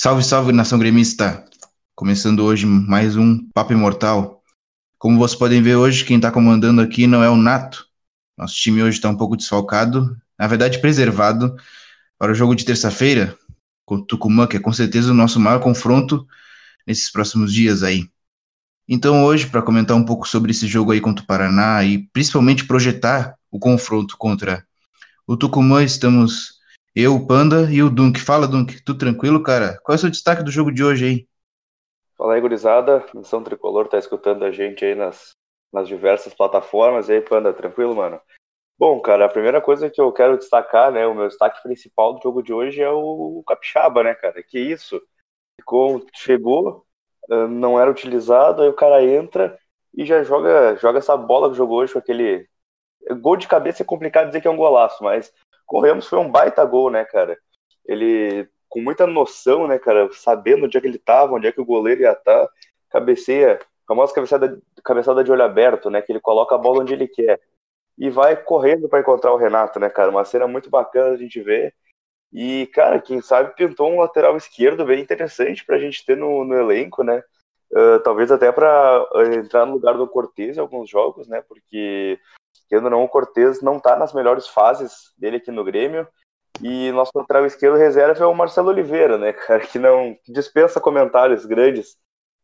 Salve, salve, nação gremista! Começando hoje mais um Papo Imortal. Como vocês podem ver hoje, quem está comandando aqui não é o Nato. Nosso time hoje está um pouco desfalcado, na verdade preservado, para o jogo de terça-feira com o Tucumã, que é com certeza o nosso maior confronto nesses próximos dias aí. Então hoje, para comentar um pouco sobre esse jogo aí contra o Paraná e principalmente projetar o confronto contra o Tucumã, estamos eu, o Panda e o Dunk. Fala, Dunk, tudo tranquilo, cara? Qual é o seu destaque do jogo de hoje aí? Fala aí, gurizada. Nação Tricolor tá escutando a gente aí nas diversas plataformas. E aí, Panda, tranquilo, mano? Bom, cara, a primeira coisa que eu quero destacar, né, o meu destaque principal do jogo de hoje é o Capixaba, né, cara? Que isso? Chegou, não era utilizado, aí o cara entra e já joga essa bola que jogou hoje com aquele... Gol de cabeça é complicado dizer que é um golaço, mas corremos, foi um baita gol, né, cara? Ele, com muita noção, né, cara, sabendo onde é que ele tava, onde é que o goleiro ia estar, cabeceia, famosa cabeçada de olho aberto, né, que ele coloca a bola onde ele quer e vai correndo para encontrar o Renato, né, cara, uma cena muito bacana a gente ver. E, cara, quem sabe pintou um lateral esquerdo bem interessante pra gente ter no elenco, né? Talvez até para entrar no lugar do Cortez em alguns jogos, né? Porque, querendo ou não, o Cortez não tá nas melhores fases dele aqui no Grêmio. E nosso lateral esquerdo reserva é o Marcelo Oliveira, né, cara, que dispensa comentários grandes.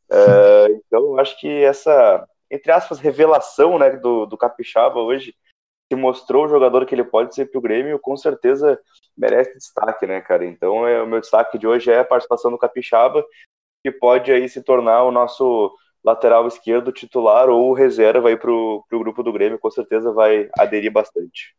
Então, eu acho que essa, entre aspas, revelação, né, do Capixaba hoje, que mostrou o jogador que ele pode ser para o Grêmio, com certeza merece destaque, né, cara? Então, o meu destaque de hoje é a participação do Capixaba, que pode aí se tornar o nosso lateral esquerdo titular ou reserva aí para o grupo do Grêmio, com certeza vai aderir bastante.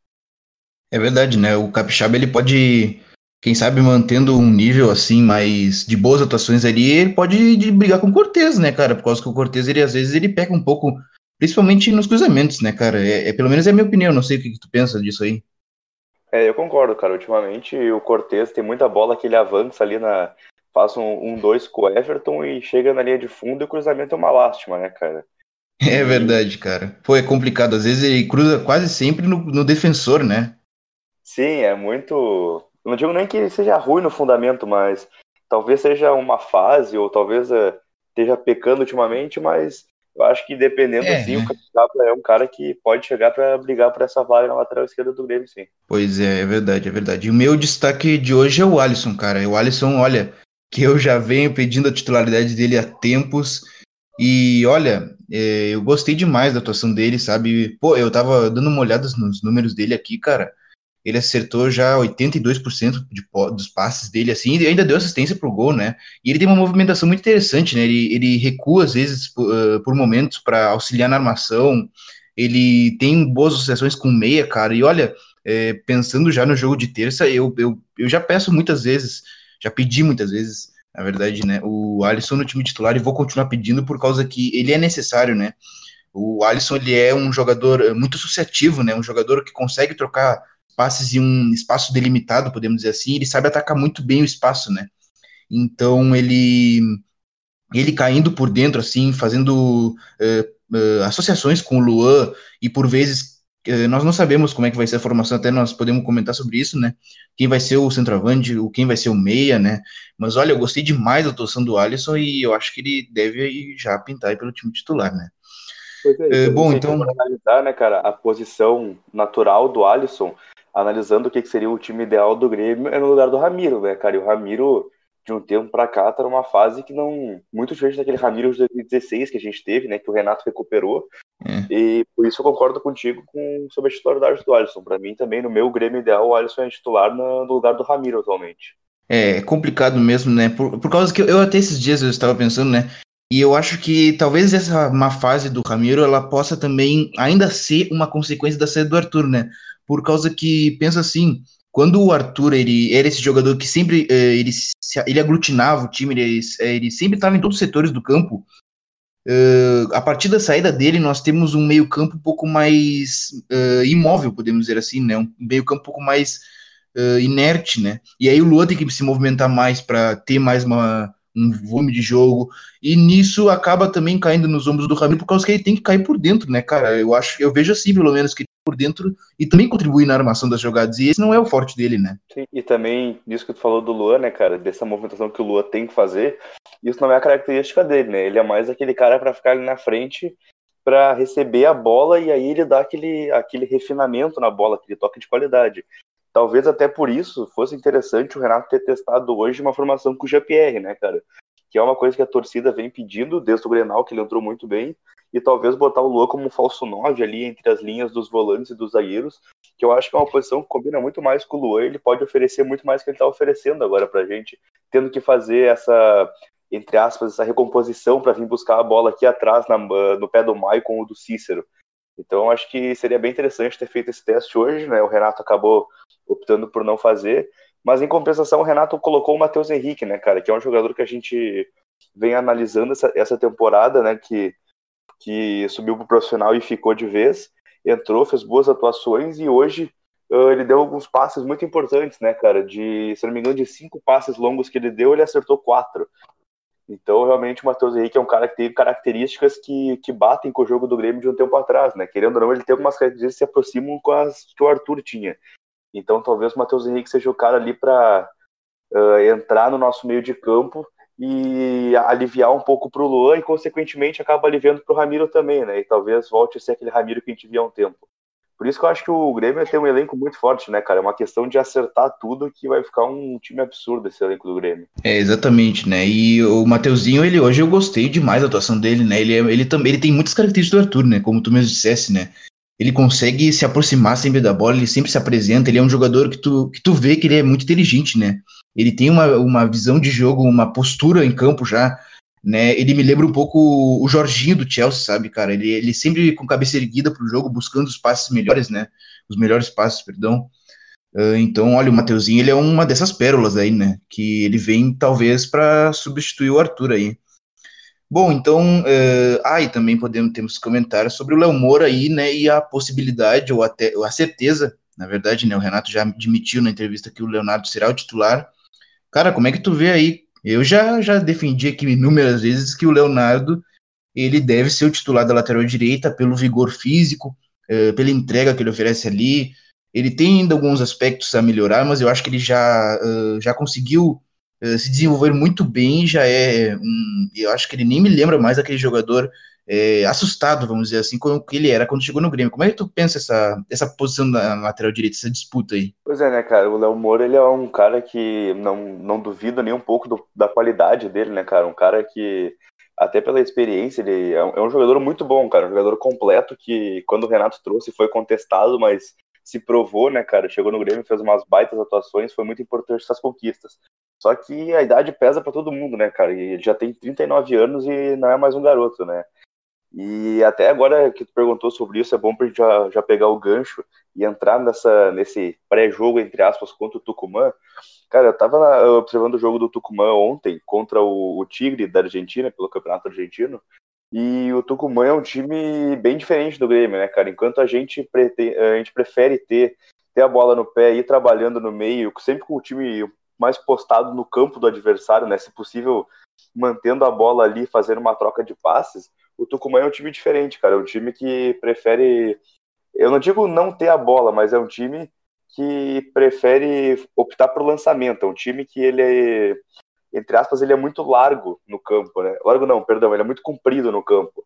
É verdade, né? O Capixaba ele pode, quem sabe, mantendo um nível assim, mais de boas atuações ali, ele pode brigar com o Cortez, né, cara? Por causa que o Cortez, ele às vezes ele peca um pouco, principalmente nos cruzamentos, né, cara? Pelo menos é a minha opinião, não sei o que tu pensa disso aí. Eu concordo, cara. Ultimamente o Cortez tem muita bola que ele avança ali faz um 2 com o Everton e chega na linha de fundo e o cruzamento é uma lástima, né, cara? É E verdade, cara. Pô, é complicado. Às vezes ele cruza quase sempre no defensor, né? sim, é muito. Eu não digo nem que ele seja ruim no fundamento, mas talvez seja uma fase, ou talvez esteja pecando ultimamente, mas eu acho que dependendo É, assim, o né? Capixaba é um cara que pode chegar para brigar por essa vaga na lateral esquerda do Grêmio, sim. Pois é, é verdade, é verdade. E o meu destaque de hoje é o Alisson, cara. O Alisson, olha, que eu já venho pedindo a titularidade dele há tempos. E olha, eu gostei demais da atuação dele, sabe? Pô, eu tava dando uma olhada nos números dele aqui, cara. Ele acertou já 82% dos passes dele, assim, e ainda deu assistência pro gol, né? E ele tem uma movimentação muito interessante, né? Ele recua, às vezes, por momentos, para auxiliar na armação. Ele tem boas associações com o meia, cara. E olha, pensando já no jogo de terça, eu já peço muitas vezes, já pedi muitas vezes, na verdade, né? O Alisson no time titular e vou continuar pedindo por causa que ele é necessário, né? O Alisson, ele é um jogador muito associativo, né? Um jogador que consegue trocar passes em um espaço delimitado, podemos dizer assim. Ele sabe atacar muito bem o espaço, né? Então, ele caindo por dentro, assim, fazendo associações com o Luan, e por vezes nós não sabemos como é que vai ser a formação, até nós podemos comentar sobre isso, né? Quem vai ser o centroavante, quem vai ser o meia, né? Mas olha, eu gostei demais da atuação do Alisson e eu acho que ele deve aí já pintar aí pelo time titular, né? Pois é, se Bom, a gente então, for analisar, né, cara, a posição natural do Alisson, analisando o que seria o time ideal do Grêmio, é no lugar do Ramiro, né, cara? E o Ramiro, de um tempo pra cá, tá numa fase que não. Muito diferente daquele Ramiro de 2016 que a gente teve, né, que o Renato recuperou. é, E por isso eu concordo contigo sobre a titularidade do Alisson. Pra mim, também, no meu Grêmio ideal, o Alisson é titular no lugar do Ramiro atualmente. é complicado mesmo, né? Por causa que eu até esses dias eu estava pensando, né? E eu acho que talvez essa má fase do Ramiro ela possa também ainda ser uma consequência da saída do Arthur, né? Por causa que pensa assim, quando o Arthur ele era esse jogador que sempre ele aglutinava o time, ele sempre estava em todos os setores do campo. A partir da saída dele, nós temos um meio-campo um pouco mais imóvel, podemos dizer assim, né? Um meio-campo um pouco mais inerte, né? E aí o Luan tem que se movimentar mais para ter mais um volume de jogo, e nisso acaba também caindo nos ombros do Ramiro, por causa que ele tem que cair por dentro, né, cara? Eu vejo assim, pelo menos, que por dentro e também contribui na armação das jogadas, e esse não é o forte dele, né? Sim, e também, nisso que tu falou do Luan, né, cara, dessa movimentação que o Luan tem que fazer, isso não é a característica dele, né? Ele é mais aquele cara para ficar ali na frente, para receber a bola e aí ele dá aquele refinamento na bola, aquele toque de qualidade. Talvez até por isso fosse interessante o Renato ter testado hoje uma formação com o Jean-Pierre, né, cara? Que é uma coisa que a torcida vem pedindo desde o Grenal, que ele entrou muito bem, e talvez botar o Luan como um falso 9 ali entre as linhas dos volantes e dos zagueiros, que eu acho que é uma posição que combina muito mais com o Luan, ele pode oferecer muito mais que ele está oferecendo agora pra gente, tendo que fazer essa, entre aspas, essa recomposição para vir buscar a bola aqui atrás no pé do Maicon ou do Cícero. Então acho que seria bem interessante ter feito esse teste hoje, né? O Renato acabou optando por não fazer, mas em compensação o Renato colocou o Matheus Henrique, né, cara, que é um jogador que a gente vem analisando essa temporada, né, que subiu pro profissional e ficou de vez, entrou, fez boas atuações e hoje ele deu alguns passes muito importantes, né, cara, se não me engano, de 5 passes longos que ele deu, ele acertou 4. Então, realmente, o Matheus Henrique é um cara que tem características que batem com o jogo do Grêmio de um tempo atrás, né? Querendo ou não, ele tem algumas características que se aproximam com as que o Arthur tinha. Então, talvez o Matheus Henrique seja o cara ali para entrar no nosso meio de campo e aliviar um pouco para o Luan e, consequentemente, acaba aliviando para o Ramiro também, né? E talvez volte a ser aquele Ramiro que a gente via há um tempo. Por isso que eu acho que o Grêmio tem um elenco muito forte, né, cara? É uma questão de acertar tudo que vai ficar um time absurdo esse elenco do Grêmio. É, exatamente, né? E o Mateuzinho, ele hoje eu gostei demais da atuação dele, né? Ele também ele tem muitas características do Arthur, né? Como tu mesmo dissesse, né? Ele consegue se aproximar sempre da bola, ele sempre se apresenta, ele é um jogador que tu vê que ele é muito inteligente, né? Ele tem uma visão de jogo, uma postura em campo já, né? Ele me lembra um pouco o Jorginho do Chelsea, sabe, cara? Ele sempre com cabeça erguida pro jogo, buscando os passes melhores, né? Os melhores passes, perdão. Então, olha, o Mateuzinho, ele é uma dessas pérolas aí, né? Que ele vem, talvez, para substituir o Arthur aí. Bom, então, e também temos comentários sobre o Léo Moura aí, né? E a possibilidade, ou até a certeza, na verdade, né? O Renato já admitiu na entrevista que o Leonardo será o titular. Cara, como é que tu vê aí? Eu já defendi aqui inúmeras vezes que o Leonardo, ele deve ser o titular da lateral direita pelo vigor físico, pela entrega que ele oferece ali. Ele tem ainda alguns aspectos a melhorar, mas eu acho que ele já conseguiu se desenvolver muito bem. Eu acho que ele nem me lembra mais daquele jogador assustado, vamos dizer assim, com o que ele era quando chegou no Grêmio. Como é que tu pensa essa posição da lateral direita, essa disputa aí? Pois é, né, cara? O Léo Moura, ele é um cara que não duvida nem um pouco da qualidade dele, né, cara? Um cara que, até pela experiência, ele é um jogador muito bom, cara. Um jogador completo que, quando o Renato trouxe, foi contestado, mas se provou, né, cara? Chegou no Grêmio, fez umas baitas atuações, foi muito importante essas conquistas. Só que a idade pesa pra todo mundo, né, cara? E ele já tem 39 anos e não é mais um garoto, né? E até agora que tu perguntou sobre isso, é bom pra gente já pegar o gancho e entrar nesse pré-jogo, entre aspas, contra o Tucumã. Cara, eu tava observando o jogo do Tucumã ontem contra o Tigre da Argentina, pelo Campeonato Argentino, e o Tucumã é um time bem diferente do Grêmio, né, cara? Enquanto a gente prefere ter a bola no pé e ir trabalhando no meio, sempre com o time mais postado no campo do adversário, né? Se possível, mantendo a bola ali, fazendo uma troca de passes, o Tucumã é um time diferente, cara. É um time que prefere. Eu não digo não ter a bola, mas é um time que prefere optar por lançamento. É um time que ele é, entre aspas, ele é muito largo no campo, né? Largo não, perdão, ele é muito comprido no campo.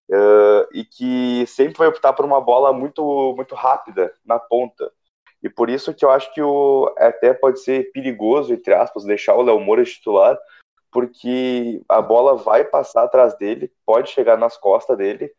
E que sempre vai optar por uma bola muito, muito rápida na ponta. E por isso que eu acho que até pode ser perigoso, entre aspas, deixar o Léo Moura titular, porque a bola vai passar atrás dele, pode chegar nas costas dele,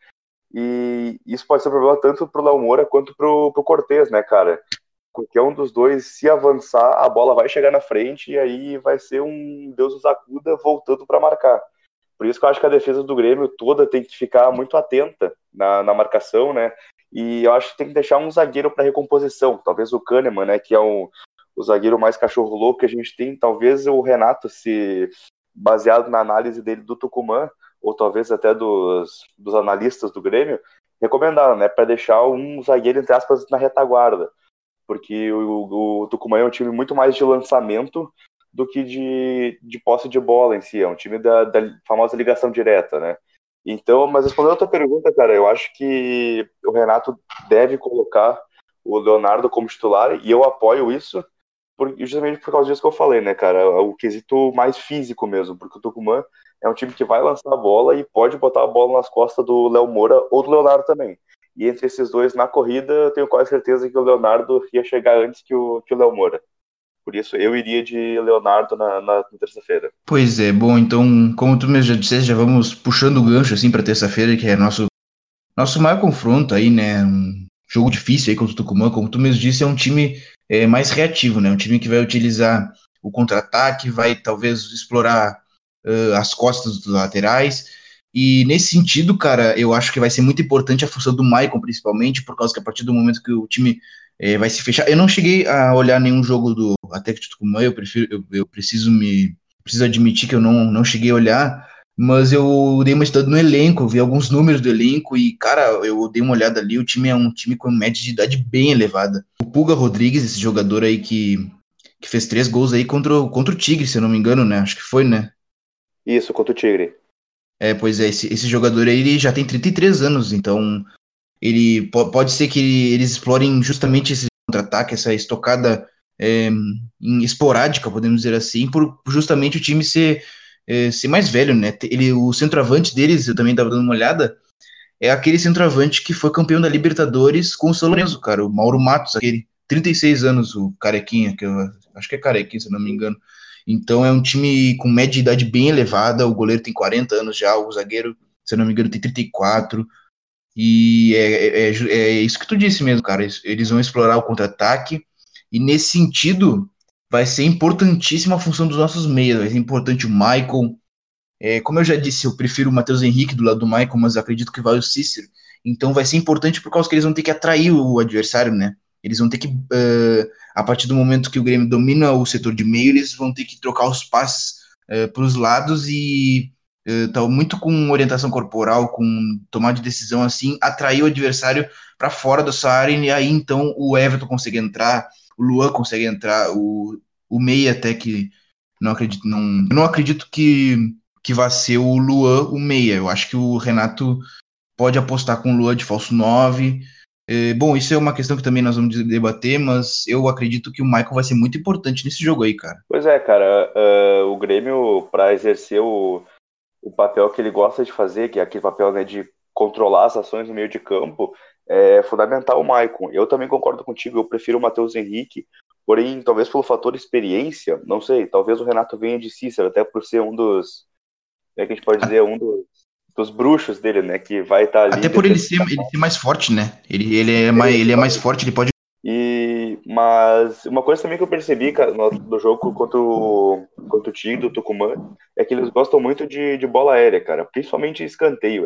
e isso pode ser um problema tanto pro Léo Moura quanto pro Cortez, né, cara? Qualquer um dos dois, se avançar, a bola vai chegar na frente e aí vai ser um Deus nos acuda voltando para marcar. Por isso que eu acho que a defesa do Grêmio toda tem que ficar muito atenta na marcação, né? E eu acho que tem que deixar um zagueiro para recomposição. Talvez o Kahneman, né? Que é o zagueiro mais cachorro louco que a gente tem. Talvez o Renato, se baseado na análise dele do Tucumã, ou talvez até dos analistas do Grêmio, recomendaram, né? Para deixar um zagueiro, entre aspas, na retaguarda. Porque o Tucumã é um time muito mais de lançamento do que de posse de bola em si. É um time da famosa ligação direta, né? Então, mas respondendo a tua pergunta, cara, eu acho que o Renato deve colocar o Leonardo como titular e eu apoio isso justamente por causa disso que eu falei, né, cara? O quesito mais físico mesmo, porque o Tucumã é um time que vai lançar a bola e pode botar a bola nas costas do Léo Moura ou do Leonardo também. E entre esses dois, na corrida, eu tenho quase certeza que o Leonardo ia chegar antes que o Léo Moura. Por isso, eu iria de Leonardo na terça-feira. Pois é, bom, então, como tu mesmo já disseste, já vamos puxando o gancho assim para terça-feira, que é nosso maior confronto aí, né? Um jogo difícil aí contra o Tucumã, como tu mesmo disse, é um time mais reativo, né? Um time que vai utilizar o contra-ataque, vai talvez explorar as costas dos laterais. E nesse sentido, cara, eu acho que vai ser muito importante a função do Maicon, principalmente, por causa que a partir do momento que o time vai se fechar. Eu não cheguei a olhar nenhum jogo do Atlético de Tucumã, eu preciso admitir que eu não cheguei a olhar, mas eu dei uma estudada no elenco, vi alguns números do elenco e, cara, eu dei uma olhada ali, o time é um time com média de idade bem elevada. O Pulga Rodrigues, esse jogador aí que fez 3 gols aí contra o Tigre, se eu não me engano, né? Acho que foi, né? Isso, contra o Tigre. Pois é, esse jogador aí ele já tem 33 anos, então pode ser que eles explorem justamente esse contra-ataque, essa estocada esporádica, podemos dizer assim, por justamente o time ser mais velho, né? O centroavante deles, eu também estava dando uma olhada, é aquele centroavante que foi campeão da Libertadores com o São Lourenço, cara, o Mauro Matos, aquele 36 anos, o carequinha, que eu acho que é carequinha, se eu não me engano. Então é um time com média de idade bem elevada, o goleiro tem 40 anos já, o zagueiro, se eu não me engano, tem 34, e é isso que tu disse mesmo, cara. Eles vão explorar o contra-ataque, e nesse sentido, vai ser importantíssima a função dos nossos meias. Vai ser importante o Michael. Como eu já disse, eu prefiro o Matheus Henrique do lado do Michael, mas acredito que vai o Cícero. Então vai ser importante por causa que eles vão ter que atrair o adversário, né? Eles vão ter que, a partir do momento que o Grêmio domina o setor de meio, eles vão ter que trocar os passes para os lados e tá muito com orientação corporal, com tomada de decisão assim, atrair o adversário para fora da sua área e aí então o Everton consegue entrar, o Luan consegue entrar, o Meia até que eu não acredito que vai ser o Luan o meia. Eu acho que o Renato pode apostar com o Luan de falso 9. Bom, isso é uma questão que também nós vamos debater, mas eu acredito que o Michael vai ser muito importante nesse jogo aí, cara. Pois é, cara, o Grêmio, para exercer o papel que ele gosta de fazer, que é aquele papel, né, de controlar as ações no meio de campo, é fundamental o Maicon. Eu também concordo contigo, eu prefiro o Matheus Henrique, porém, talvez pelo fator experiência, não sei, talvez o Renato venha de Cícero, até por ser um dos, como é que a gente pode dizer, dos bruxos dele, né, que vai estar ali Até por ele defendendo. ser mais forte, né? Ele é mais forte, ele pode. Mas uma coisa também que eu percebi, cara, no jogo contra o Tigre do Tucumã é que eles gostam muito de bola aérea, cara, principalmente escanteio.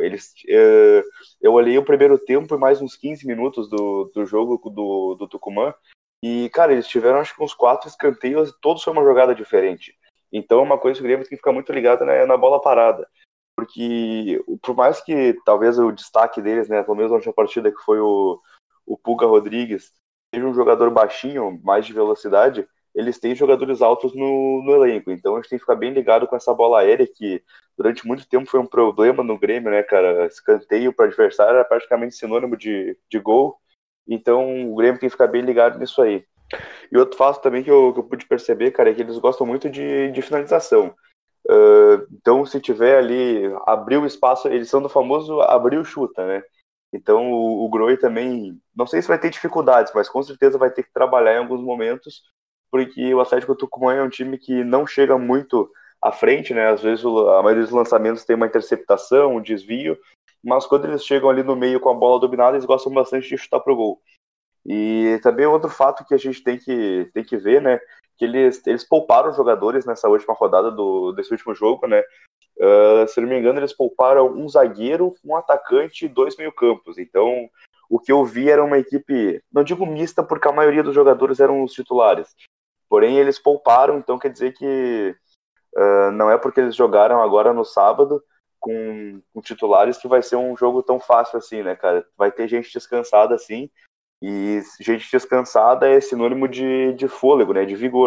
Eu olhei o primeiro tempo e mais uns 15 minutos do jogo do Tucumã e, cara, eles tiveram acho que uns 4 escanteios e todos foi uma jogada diferente. Então é uma coisa que o Grêmio tem que ficar muito ligado, né, na bola parada. Porque por mais que talvez o destaque deles, né, pelo menos na última partida que foi o Pulga Rodrigues, seja um jogador baixinho, mais de velocidade, eles têm jogadores altos no elenco. Então a gente tem que ficar bem ligado com essa bola aérea que durante muito tempo foi um problema no Grêmio, né, cara? Escanteio para adversário era praticamente sinônimo de gol. Então o Grêmio tem que ficar bem ligado nisso aí. E outro fato também que eu pude perceber, cara, é que eles gostam muito de finalização. Então, se tiver ali, abrir o espaço, eles são do famoso abrir o chuta, né? Então, o Groi também, não sei se vai ter dificuldades, mas com certeza vai ter que trabalhar em alguns momentos, porque o Atlético Tucumã é um time que não chega muito à frente, né? Às vezes a maioria dos lançamentos tem uma interceptação, um desvio, mas quando eles chegam ali no meio com a bola dominada, eles gostam bastante de chutar pro gol. E também outro fato que a gente tem que ver, né? Que eles pouparam os jogadores nessa última rodada desse último jogo, né? Se não me engano, eles pouparam um zagueiro, um atacante e 2 meio-campos. Então, o que eu vi era uma equipe, não digo mista, porque a maioria dos jogadores eram os titulares. Porém, eles pouparam, então quer dizer que não é porque eles jogaram agora no sábado com titulares que vai ser um jogo tão fácil assim, né, cara? Vai ter gente descansada assim, e gente descansada é sinônimo de fôlego, né, de vigor.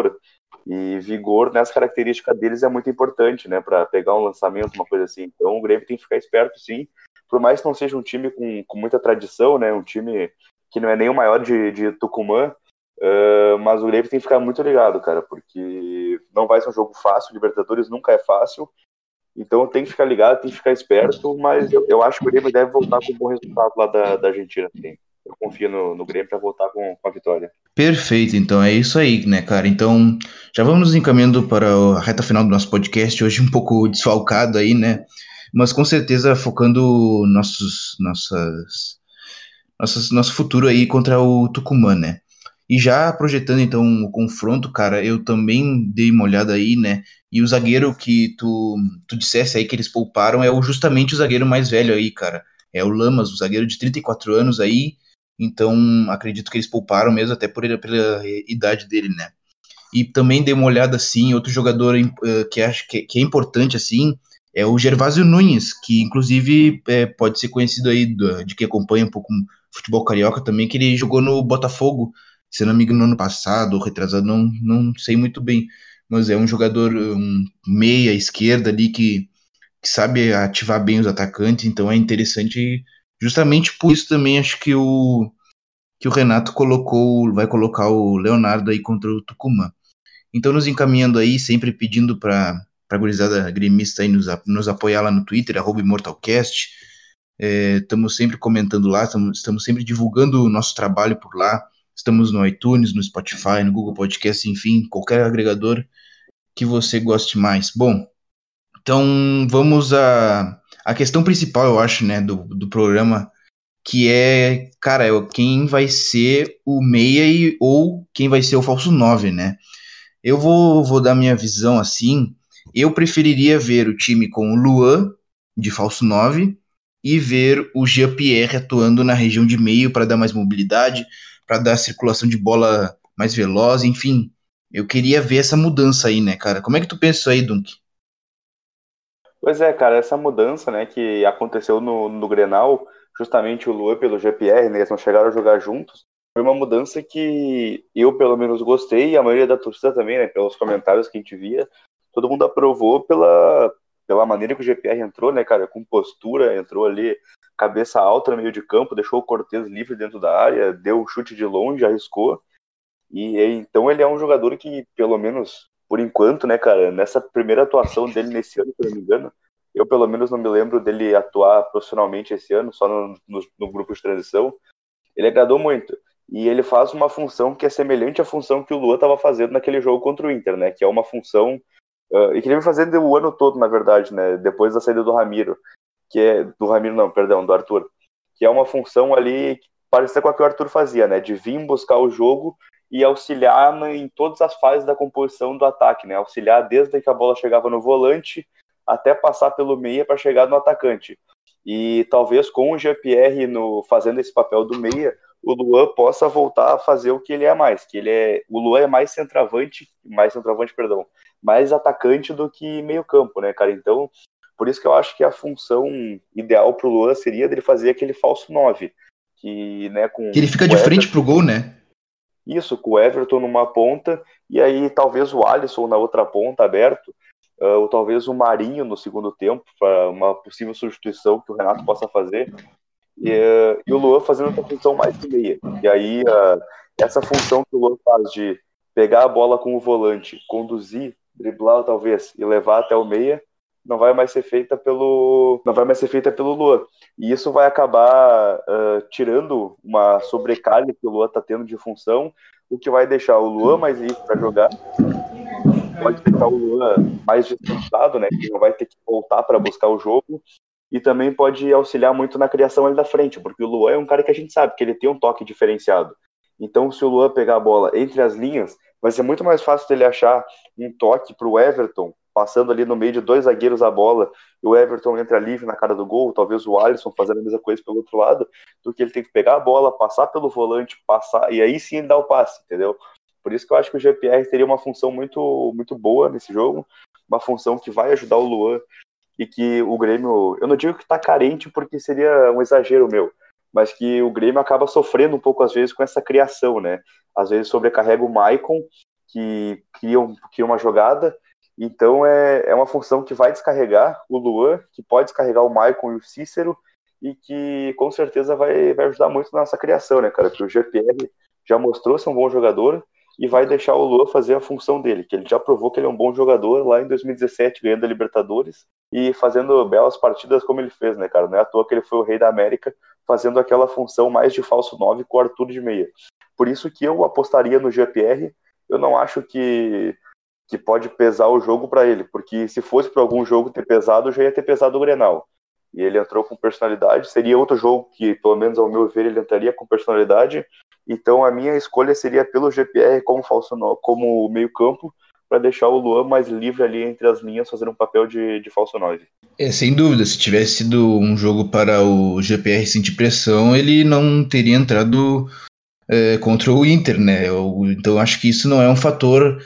E vigor nessa característica deles é muito importante, né? Para pegar um lançamento, uma coisa assim. Então o Grêmio tem que ficar esperto, sim. Por mais que não seja um time com muita tradição, né? Um time que não é nem o maior de Tucumã, mas o Grêmio tem que ficar muito ligado, cara, porque não vai ser um jogo fácil. Libertadores nunca é fácil. Então tem que ficar ligado, tem que ficar esperto, mas eu acho que o Grêmio deve voltar com um bom resultado lá da Argentina. Assim. Eu confio no Grêmio para voltar com a vitória. Perfeito, então é isso aí, né, cara? Então já vamos nos encaminhando para a reta final do nosso podcast, hoje um pouco desfalcado aí, né? Mas com certeza focando nosso futuro aí contra o Tucumã, né? E já projetando então o confronto, cara, eu também dei uma olhada aí, né? E o zagueiro que tu dissesse aí que eles pouparam é justamente o zagueiro mais velho aí, cara. É o Lamas, o zagueiro de 34 anos aí. Então acredito que eles pouparam mesmo, até pela idade dele, né? E também dei uma olhada assim, outro jogador que acho que é importante assim, é o Gervásio Nunes, que inclusive pode ser conhecido aí de quem acompanha um pouco futebol carioca também, que ele jogou no Botafogo, se não me engano, no ano passado, ou retrasado, não sei muito bem, mas é um jogador, um meia esquerda ali que sabe ativar bem os atacantes, então é interessante, justamente por isso também acho que o Renato vai colocar o Leonardo aí contra o Tucumã. Então, nos encaminhando aí, sempre pedindo para a gurizada gremista aí nos apoiar lá no Twitter, @ImortalCast. Estamos sempre comentando lá, estamos sempre divulgando o nosso trabalho por lá. Estamos no iTunes, no Spotify, no Google Podcast, enfim, qualquer agregador que você goste mais. Bom, então vamos à questão principal, eu acho, né, do programa, que é, cara, quem vai ser o meia ou quem vai ser o falso 9, né? Eu vou dar minha visão assim. Eu preferiria ver o time com o Luan, de falso 9, e ver o Jean-Pierre atuando na região de meio para dar mais mobilidade, para dar circulação de bola mais veloz, enfim. Eu queria ver essa mudança aí, né, cara? Como é que tu pensa isso aí, Dunk? Pois é, cara, essa mudança, né, que aconteceu no Grenal, justamente o Luan pelo GPR, né, eles não chegaram a jogar juntos, foi uma mudança que eu, pelo menos, gostei, e a maioria da torcida também, né, pelos comentários que a gente via, todo mundo aprovou pela maneira que o GPR entrou, né, cara, com postura, entrou ali, cabeça alta no meio de campo, deixou o Cortez livre dentro da área, deu um chute de longe, arriscou, e então ele é um jogador que, pelo menos por enquanto, né, cara, nessa primeira atuação dele nesse ano, se eu não me engano, eu pelo menos não me lembro dele atuar profissionalmente esse ano, só no grupo de transição. Ele agradou muito. E ele faz uma função que é semelhante à função que o Luan estava fazendo naquele jogo contra o Inter, né? Que é uma função. E que ele vem fazendo o ano todo, na verdade, né? Depois da saída do Ramiro. Que é. Do Ramiro, não, perdão, do Arthur. Que é uma função ali que parece com a que o Arthur fazia, né? De vir buscar o jogo e auxiliar em todas as fases da composição do ataque, né? Auxiliar desde que a bola chegava no volante até passar pelo meia para chegar no atacante. E talvez com o Jean-Pierre fazendo esse papel do meia, o Luan possa voltar a fazer o que ele é mais, o Luan é mais centroavante, perdão, mais atacante do que meio-campo, né, cara? Então, por isso que eu acho que a função ideal pro Luan seria dele fazer aquele falso 9, que, né, Que ele com fica o de frente pro Everton, gol, né? isso, com o Everton numa ponta, e aí talvez o Alisson na outra ponta aberto, ou talvez o Marinho no segundo tempo, para uma possível substituição que o Renato possa fazer, e o Luan fazendo essa função mais de meia. E aí, essa função que o Luan faz de pegar a bola com o volante, conduzir, driblar talvez, e levar até o meia, não vai mais ser feita pelo Luan. E isso vai acabar tirando uma sobrecarga que o Luan está tendo de função, o que vai deixar o Luan mais livre para jogar, pode deixar o Luan mais descansado, né? Que não vai ter que voltar para buscar o jogo, e também pode auxiliar muito na criação ali da frente, porque o Luan é um cara que a gente sabe que ele tem um toque diferenciado. Então, se o Luan pegar a bola entre as linhas, vai ser muito mais fácil dele achar um toque para o Everton, passando ali no meio de dois zagueiros a bola, e o Everton entra livre na cara do gol, talvez o Alisson fazendo a mesma coisa pelo outro lado, do que ele tem que pegar a bola, passar pelo volante, passar, e aí sim ele dá o passe, entendeu? Por isso que eu acho que o GPR teria uma função muito, muito boa nesse jogo, uma função que vai ajudar o Luan, e que o Grêmio, eu não digo que está carente porque seria um exagero meu, mas que o Grêmio acaba sofrendo um pouco às vezes com essa criação, né? Às vezes sobrecarrega o Maicon, cria uma jogada. Então é uma função que vai descarregar o Luan, que pode descarregar o Maicon e o Cícero, e que com certeza vai ajudar muito na nossa criação, né, cara? Porque o GPR já mostrou ser um bom jogador e vai deixar o Luan fazer a função dele, que ele já provou que ele é um bom jogador lá em 2017, ganhando a Libertadores e fazendo belas partidas como ele fez, né, cara? Não é à toa que ele foi o rei da América, fazendo aquela função mais de falso 9 com o Arthur de meia. Por isso que eu apostaria no GPR. Eu não acho que pode pesar o jogo para ele, porque se fosse para algum jogo ter pesado, já ia ter pesado o Grenal. E ele entrou com personalidade, seria outro jogo que, pelo menos ao meu ver, ele entraria com personalidade. Então a minha escolha seria pelo GPR como meio-campo, para deixar o Luan mais livre ali entre as linhas, fazendo um papel de falso 9. Sem dúvida, se tivesse sido um jogo para o GPR sentir pressão, ele não teria entrado contra o Inter, né? Então acho que isso não é um fator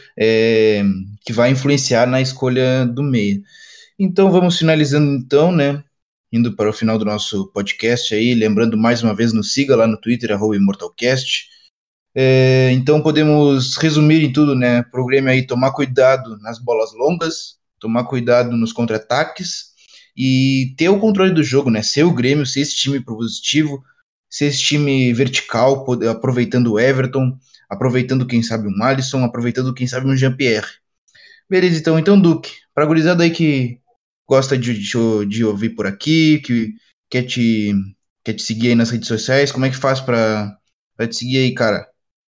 que vai influenciar na escolha do meia. Então vamos finalizando então, né? Indo para o final do nosso podcast aí, lembrando mais uma vez, nos siga lá no Twitter, @ImortalCast. Então podemos resumir em tudo, né? Programa aí, tomar cuidado nas bolas longas, tomar cuidado nos contra-ataques e ter o controle do jogo, né? Ser o Grêmio, ser esse time propositivo, ser esse time vertical, aproveitando o Everton, aproveitando quem sabe um Alisson, aproveitando quem sabe um Jean-Pierre. Beleza, então Duque, pra gurizada aí que gosta de ouvir por aqui, que quer te seguir aí nas redes sociais, como é que faz pra te seguir aí, cara?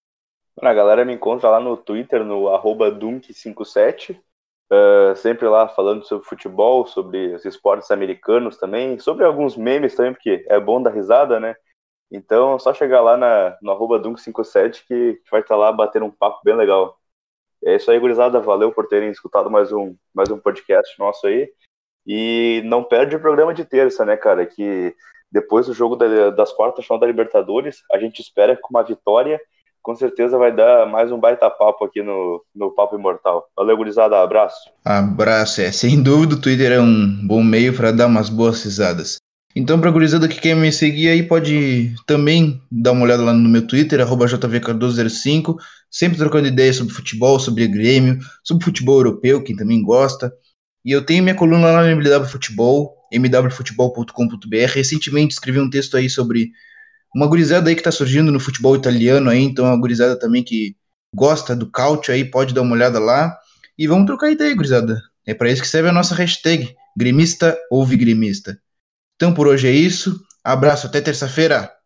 A galera me encontra lá no Twitter, no @dunk57, sempre lá falando sobre futebol, sobre os esportes americanos também, sobre alguns memes também, porque é bom dar risada, né? Então é só chegar lá no @dunk57 que vai estar lá batendo um papo bem legal. É isso aí, gurizada. Valeu por terem escutado mais um podcast nosso aí. E não perde o programa de terça, né, cara? Que depois do jogo das quartas de final da Libertadores, a gente espera que com uma vitória, com certeza vai dar mais um baita papo aqui no Papo Imortal. Valeu, gurizada. Abraço. Abraço, sem dúvida o Twitter é um bom meio para dar umas boas risadas. Então, pra gurizada que quer me seguir aí, pode também dar uma olhada lá no meu Twitter, @jvcardoso05, sempre trocando ideias sobre futebol, sobre Grêmio, sobre futebol europeu, quem também gosta. E eu tenho minha coluna lá no MW Futebol, mwfutebol.com.br. Recentemente escrevi um texto aí sobre uma gurizada aí que tá surgindo no futebol italiano aí, então a gurizada também que gosta do Cautio aí, pode dar uma olhada lá. E vamos trocar ideia, gurizada. É para isso que serve a nossa hashtag, gremista ouve gremista. Então por hoje é isso. Abraço, até terça-feira.